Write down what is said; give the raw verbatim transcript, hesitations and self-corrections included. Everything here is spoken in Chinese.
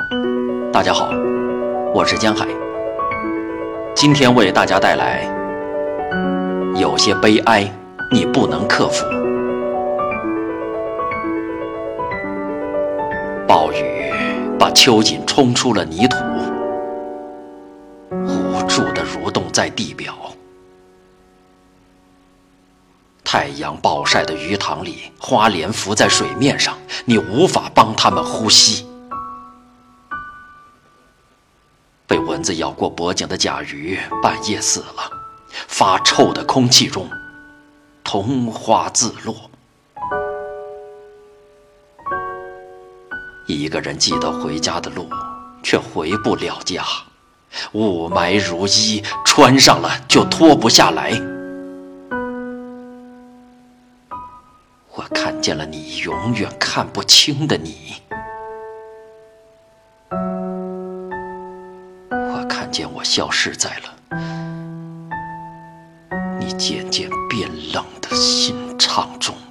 大家好，我是江海，今天为大家带来有些悲哀你不能克服。暴雨把秋瑾冲出了泥土，无助地蠕动在地表。太阳暴晒的鱼塘里，花莲浮在水面上，你无法帮它们呼吸。被蚊子咬过脖颈的甲鱼半夜死了，发臭的空气中，桐花自落。一个人记得回家的路，却回不了家。雾霾如衣，穿上了就脱不下来。我看见了你永远看不清的你，我看见我消失在了你渐渐变冷的心肠中。